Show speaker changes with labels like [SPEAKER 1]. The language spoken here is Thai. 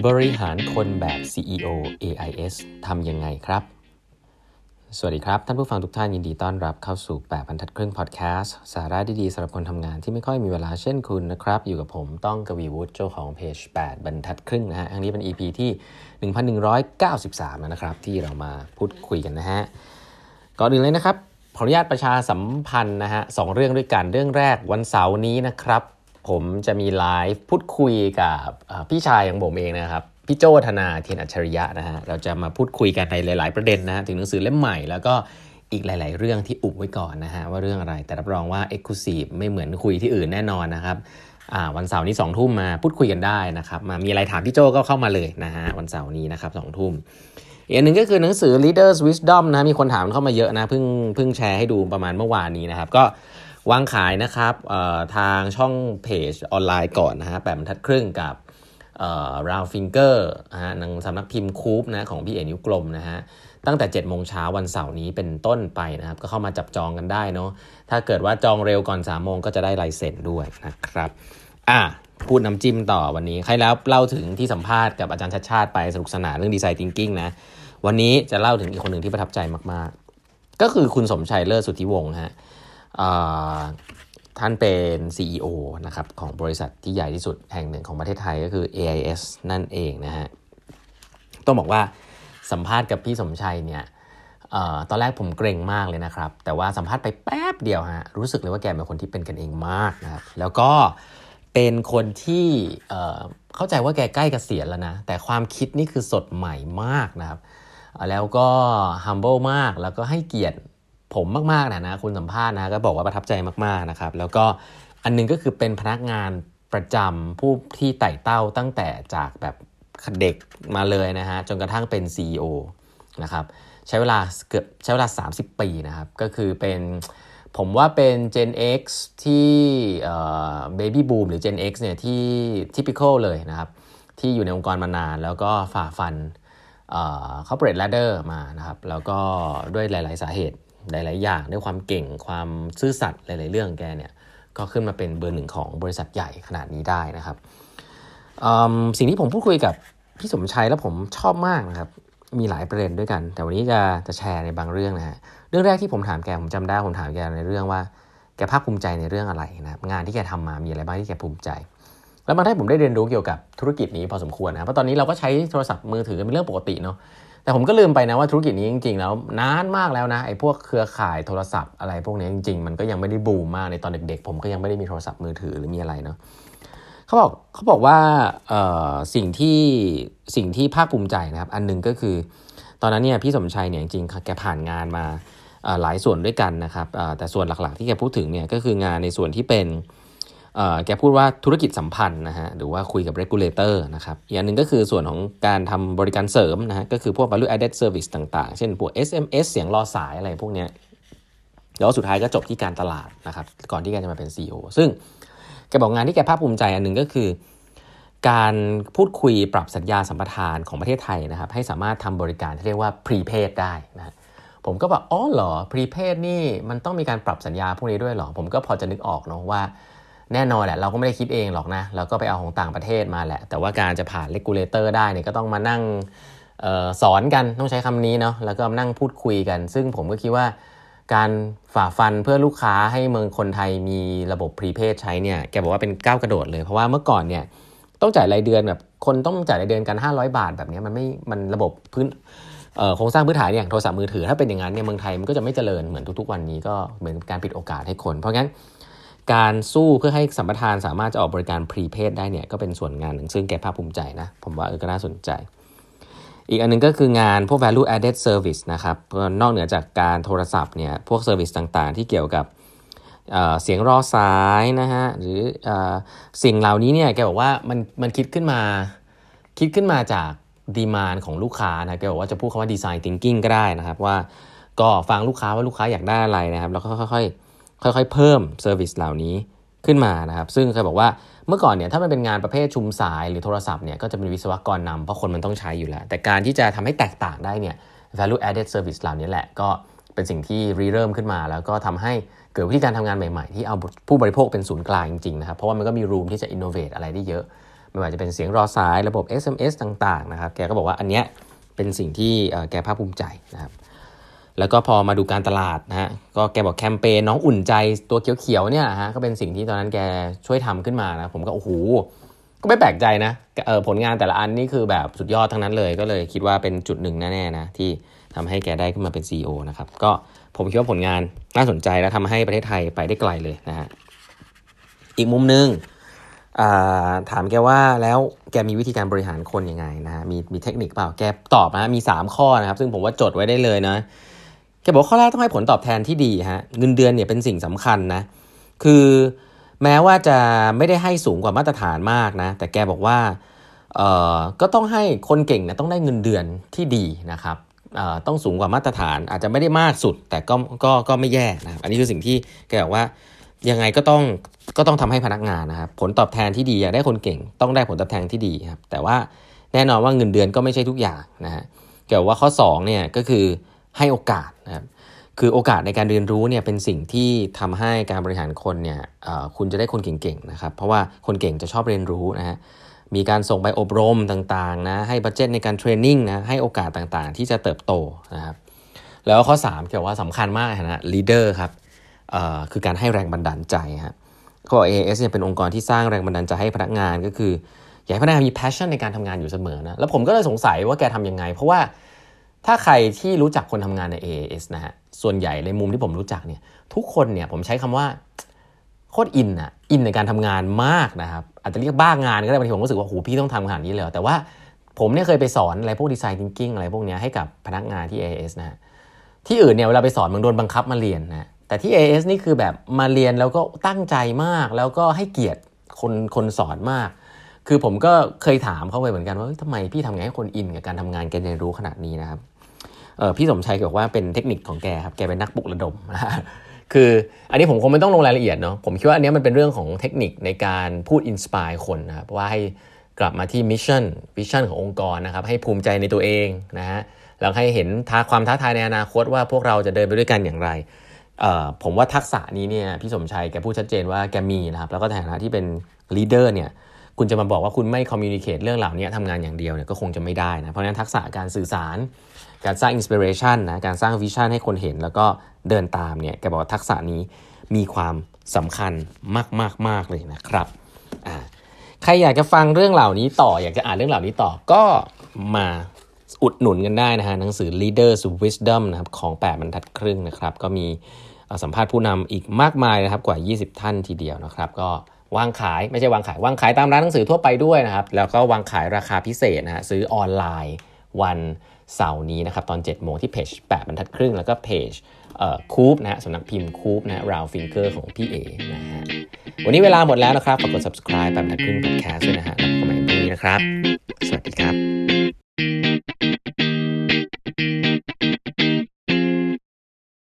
[SPEAKER 1] บริหารคนแบบ CEO AIS ทำยังไงครับสวัสดีครับท่านผู้ฟังทุกท่านยินดีต้อนรับเข้าสู่8บรรทัดครึ่งพอดแคสต์สาระดีๆสำหรับคนทำงานที่ไม่ค่อยมีเวลาเช่นคุณนะครับอยู่กับผมต้องกวีวุฒิเจ้าของเพจ8บรรทัดครึ่งนะฮะครั้งนี้เป็น EP ที่1193แล้วนะครับที่เรามาพูดคุยกันนะฮะก่อนอื่นเลยนะครับขออนุญาตประชาสัมพันธ์นะฮะ2เรื่องด้วยกันเรื่องแรกวันเสาร์นี้นะครับผมจะมีไลฟ์พูดคุยกับพี่ชายของผมเองนะครับพี่โจธนาเทียนอัจฉริยะนะฮะเราจะมาพูดคุยกันในหลายๆประเด็นนะถึงหนังสือเล่มใหม่แล้วก็อีกหลายๆเรื่องที่อุบไว้ก่อนนะฮะว่าเรื่องอะไรแต่รับรองว่า Exclusive ไม่เหมือนคุยที่อื่นแน่นอนนะครับวันเสาร์นี้ 20:00 นมาพูดคุยกันได้นะครับมามีอะไรถามพี่โจก็เข้ามาเลยนะฮะวันเสาร์นี้นะครับ 20:00 นอีกอันนึงก็คือหนังสือ Leaders Wisdom นะมีคนถามเข้ามาเยอะนะเพิ่งแชร์ให้ดูประมาณเมื่อวานนี้นะครับก็วางขายนะครับทางช่องเพจออนไลน์ก่อนนะฮะ8 บรรทัดครึ่งกับราวฟิงเกอร์นะฮะสำนักพิมพ์คูปนะของพี่เอ๋นิ้วกลมนะฮะตั้งแต่ 7:00 นวันเสาร์นี้เป็นต้นไปนะครับก็เข้ามาจับจองกันได้เนาะถ้าเกิดว่าจองเร็วก่อน 3:00 นก็จะได้ลายเซ็นด้วยนะครับพูดน้ำจิ้มต่อวันนี้ใครแล้วเล่าถึงที่สัมภาษณ์กับอาจารย์ชัดชาติไปสนุกสนานเรื่องดีไซน์ทิงกิ้งนะวันนี้จะเล่าถึงอีกคนหนึ่งที่ประทับใจมากๆก็คือคุณสมชัยเลิศสุทธิวงศ์ฮะท่านเป็น CEO นะครับของบริษัทที่ใหญ่ที่สุดแห่งหนึ่งของประเทศไทยก็คือ AIS นั่นเองนะฮะต้องบอกว่าสัมภาษณ์กับพี่สมชัยเนี่ยตอนแรกผมเกรงมากเลยนะครับแต่ว่าสัมภาษณ์ไปแป๊บเดียวฮะรู้สึกเลยว่าแกเป็นคนที่เป็นกันเองมากนะครับแล้วก็เป็นคนที่เข้าใจว่าแกใกล้เกษียณแล้วนะแต่ความคิดนี่คือสดใหม่มากนะครับแล้วก็ humble มากแล้วก็ให้เกียรติผมมากๆนะคุณสัมภาษณ์นะก็บอกว่าประทับใจมากๆนะครับแล้วก็อันนึงก็คือเป็นพนักงานประจำผู้ที่ไต่เต้าตั้งแต่จากแบบเด็กมาเลยนะฮะจนกระทั่งเป็น CEO นะครับใช้เวลา30 ปีนะครับก็คือเป็นผมว่าเป็น Gen X ที่Baby Boom หรือ Gen X เนี่ยที่ typical เลยนะครับที่อยู่ในองค์กรมานานแล้วก็ฝ่าฟันcorporate ladder มานะครับแล้วก็ด้วยหลายๆสาเหตุหลายๆอย่างด้วยความเก่งความซื่อสัตย์หลายๆเรื่องแกเนี่ยก็ขึ้นมาเป็นเบอร์หนึ่งของบริษัทใหญ่ขนาดนี้ได้นะครับสิ่งที่ผมพูดคุยกับพี่สมชัยแล้วผมชอบมากนะครับมีหลายประเด็นด้วยกันแต่วันนี้จะแชร์ในบางเรื่องนะฮะเรื่องแรกที่ผมถามแกผมจำได้ผมถามแกในเรื่องว่าแกภาคภูมิใจในเรื่องอะไรนะครับงานที่แกทำมามีอะไรบ้างที่แกภูมิใจแล้วมันให้ผมได้เรียนรู้เกี่ยวกับธุรกิจนี้พอสมควรนะเพราะตอนนี้เราก็ใช้โทรศัพท์มือถือเป็นเรื่องปกติเนาะแต่ผมก็ลืมไปนะว่าธุรกิจนี้จริงๆแล้วนานมากแล้วนะไอ้พวกเครือข่ายโทรศัพท์อะไรพวกนี้จริงๆมันก็ยังไม่ได้บูมมากในตอนเด็กๆผมก็ยังไม่ได้มีโทรศัพท์มือถือหรือมีอะไรเนาะเขาบอกว่าสิ่งที่ภาคภูมิใจนะครับอันนึงก็คือตอนนั้นเนี่ยพี่สมชัยเนี่ยจริงๆแกผ่านงานมาหลายส่วนด้วยกันนะครับแต่ส่วนหลักๆที่แกพูดถึงเนี่ยก็คืองานในส่วนที่เป็นแกพูดว่าธุรกิจสัมพันธ์นะฮะหรือว่าคุยกับ regulator นะครับอีกอันนึงก็คือส่วนของการทำบริการเสริมนะฮะก็คือพวก value added service ต่างๆเช่นพวก SMS เสียงรอสายอะไรพวกเนี้ยแล้วสุดท้ายก็จบที่การตลาดนะครับก่อนที่แกจะมาเป็น CEO ซึ่งแกบอกงานที่แกภาคภูมิใจอันนึงก็คือการพูดคุยปรับสัญญาสัมปทานของประเทศไทยนะครับให้สามารถทำบริการที่เรียกว่า prepaid ได้นะผมก็บอกอ๋อเหรอ prepaid นี่มันต้องมีการปรับสัญญาพวกนี้ด้วยเหรอผมก็พอจะนึกออกเนาะว่าแน่นอนแหละเราก็ไม่ได้คิดเองหรอกนะเราก็ไปเอาของต่างประเทศมาแหละแต่ว่าการจะผ่าน regulator ได้เนี่ยก็ต้องมานั่งสอนกันต้องใช้คำนี้เนาะแล้วก็นั่งพูดคุยกันซึ่งผมก็คิดว่าการฝ่าฟันเพื่อลูกค้าให้เมืองคนไทยมีระบบ prepaid ใช้เนี่ยแกบอกว่าเป็นก้าวกระโดดเลยเพราะว่าเมื่อก่อนเนี่ยต้องจ่ายรายเดือนแบบคนต้องจ่ายรายเดือนกัน500 บาทแบบนี้มันระบบพื้นโครงสร้างพื้นฐานอย่างโทรศัพท์มือถือถ้าเป็นอย่างนั้นเนี่ยเมืองไทยมันก็จะไม่เจริญเหมือนทุกๆวันนี้ก็เหมือนการปิดโอกาสให้คนเพราะงั้นการสู้เพื่อให้สัมปทานสามารถจะออกบริการพรีเพดได้เนี่ยก็เป็นส่วนงานหนึ่งซึ่งแกภาคภูมิใจนะผมว่าก็น่าสนใจอีกอันนึงก็คืองานพวก value added service นะครับนอกเหนือจากการโทรศัพท์เนี่ยพวก service ต่างๆที่เกี่ยวกับเสียงรอสายนะฮะหรือสิ่งเหล่านี้เนี่ยแกบอกว่ามันคิดขึ้นมาจากดีมานด์ของลูกค้านะแกบอกว่าจะพูดคำว่า design thinking ก็ได้นะครับว่าก็ฟังลูกค้าว่าลูกค้าอยากได้อะไรนะครับแล้วก็ค่อยๆเพิ่มเซอร์วิสเหล่านี้ขึ้นมานะครับซึ่งเคยบอกว่าเมื่อก่อนเนี่ยถ้ามันเป็นงานประเภทชุมสายหรือโทรศัพท์เนี่ยก็จะเป็นวิศวกรนำเพราะคนมันต้องใช้อยู่แล้วแต่การที่จะทำให้แตกต่างได้เนี่ย value added service เหล่านี้แหละก็เป็นสิ่งที่ริเริ่มขึ้นมาแล้วก็ทำให้เกิดวิธีการทำงานใหม่ๆที่เอาผู้บริโภคเป็นศูนย์กลางจริงๆนะครับเพราะว่ามันก็มี room ที่จะ innovate อะไรได้เยอะไม่ว่าจะเป็นเสียงรอสายระบบ SMS ต่างๆนะครับแกก็บอกว่าอันเนี้ยเป็นสิ่งที่แกภาคภูมิใจนะครับแล้วก็พอมาดูการตลาดนะฮะก็แกบอกแคมเปญน้องอุ่นใจตัวเขียวๆเนี่ยฮะก็เป็นสิ่งที่ตอนนั้นแกช่วยทำขึ้นมานะผมก็โอ้โหก็ไม่แปลกใจนะผลงานแต่ละอันนี่คือแบบสุดยอดทั้งนั้นเลยก็เลยคิดว่าเป็นจุดหนึ่งแน่ๆนะที่ทำให้แกได้ขึ้นมาเป็น CEO นะครับก็ผมคิดว่าผลงานน่าสนใจและทำให้ประเทศไทยไปได้ไกลเลยนะฮะอีกมุมนึงถามแกว่าแล้วแกมีวิธีการบริหารคนยังไงนะฮะมีเทคนิคเปล่าแกตอบนะมี3ข้อนะครับซึ่งผมว่าจดไว้ได้เลยนะแกบอกข้อแรกต้องให้ผลตอบแทนที่ดีฮะเงินเดือนเนี่ยเป็นสิ่งสำคัญนะคือแม้ว่าจะไม่ได้ให้สูงกว่ามาตรฐานมากนะแต่แกบอกว่าก็ต้องให้คนเก่งนะต้องได้เงินเดือนที่ดีนะครับต้องสูงกว่ามาตรฐานอาจจะไม่ได้มากสุดแต่ก็ไม่แย่นะครับอันนี้คือสิ่งที่แกบอกว่ายังไงก็ต้องทำให้พนักงานนะครับผลตอบแทนที่ดีอยากได้คนเก่งต้องได้ผลตอบแทนที่ดีครับแต่ว่าแน่นอนว่าเงินเดือนก็ไม่ใช่ทุกอย่างนะฮะเกี่ยวว่าข้อ2เนี่ยก็คือให้โอกาสนะครับคือโอกาสในการเรียนรู้เนี่ยเป็นสิ่งที่ทำให้การบริหารคนเนี่ยคุณจะได้คนเก่งๆนะครับเพราะว่าคนเก่งจะชอบเรียนรู้นะฮะมีการส่งไปอบรมต่างๆนะให้บัดเจ็ตในการเทรนนิ่งนะให้โอกาสต่างๆที่จะเติบโตนะครับแล้วข้อ3เกี่ยวว่าสำคัญมากนะลีดเดอร์ครับคือการให้แรงบันดาลใจครับก็ AIS เนี่ยเป็นองค์กรที่สร้างแรงบันดาลใจให้พนักงานก็คืออยากให้พนักงานมี passion ในการทำงานอยู่เสมอนะแล้วผมก็เลยสงสัยว่าแกทำยังไงเพราะว่าถ้าใครที่รู้จักคนทำงานใน AIS นะฮะส่วนใหญ่ในมุมที่ผมรู้จักเนี่ยทุกคนเนี่ยผมใช้คำว่าโคตรอินในการทำงานมากนะครับอาจจะเรียกบ้างานก็ได้บางทีผมรู้สึกว่าโหพี่ต้องทำขนาดนี้เลยแต่ว่าผมเนี่ยเคยไปสอนอะไรพวกดีไซน์ทิงกิ้งอะไรพวกนี้ให้กับพนักงานที่ AIS นะฮะที่อื่นเนี่ยเวลาไปสอนมันโดนบังคับมาเรียนนะแต่ที่ AIS นี่คือแบบมาเรียนแล้วก็ตั้งใจมากแล้วก็ให้เกียรติคนสอนมากคือผมก็เคยถามเขาไปเหมือนกันว่าทำไมพี่ทำไงให้คนอินกับการทำงานการเรียนรู้ขนาดนี้นะครับพี่สมชัยบอกว่าเป็นเทคนิคของแกครับแกเป็นนักปลุกระดมคืออันนี้ผมคงไม่ต้องลงรายละเอียดเนาะผมคิดว่าอันนี้มันเป็นเรื่องของเทคนิคในการพูดอินสไปร์คนนะครับว่าให้กลับมาที่มิชชั่นขององค์กรนะครับให้ภูมิใจในตัวเองนะฮะแล้วให้เห็นความท้าทายในอนาคตว่าพวกเราจะเดินไปด้วยกันอย่างไรผมว่าทักษะนี้เนี่ยพี่สมชัยแกพูดชัดเจนว่าแกมีนะครับแล้วก็ในฐานะที่เป็นลีดเดอร์เนี่ยคุณจะมาบอกว่าคุณไม่คอมมิวนิเคตเรื่องเหล่านี้ทำงานอย่างเดียวเนี่ยก็คงจะไม่ได้นะเพราะฉะนั้นทักษะการสื่อสารการสร้างอินสปิเรชันนะการสร้างวิชั่นให้คนเห็นแล้วก็เดินตามเนี่ยแกบอกว่าทักษะนี้มีความสำคัญมากเลยนะครับใครอยากจะฟังเรื่องเหล่านี้ต่ออยากจะอ่านเรื่องเหล่านี้ต่อก็มาอุดหนุนกันได้นะฮะหนังสือ Leaders Wisdom นะครับของ8บรรทัดครึ่งนะครับก็มีสัมภาษณ์ผู้นำอีกมากมายนะครับกว่า20ท่านทีเดียวนะครับก็วางขายไม่ใช่วางขายตามร้านหนังสือทั่วไปด้วยนะครับแล้วก็วางขายราคาพิเศษนะฮะซื้อออนไลน์วันเสาร์นี้นะครับตอน 7 โมงที่เพจ8บรรทัดครึ่งแล้วก็เพจคูปนะฮะสำนักพิมพ์คูปนะฮะ Round Finger ของพี่เอนะฮะวันนี้เวลาหมดแล้วนะครับฝากกด subscribe 8บรรทัดครึ่ง podcast ด้วยนะฮะแล้วพบกันใหม่พรุ่งนี้นะครับสวัสดีครับ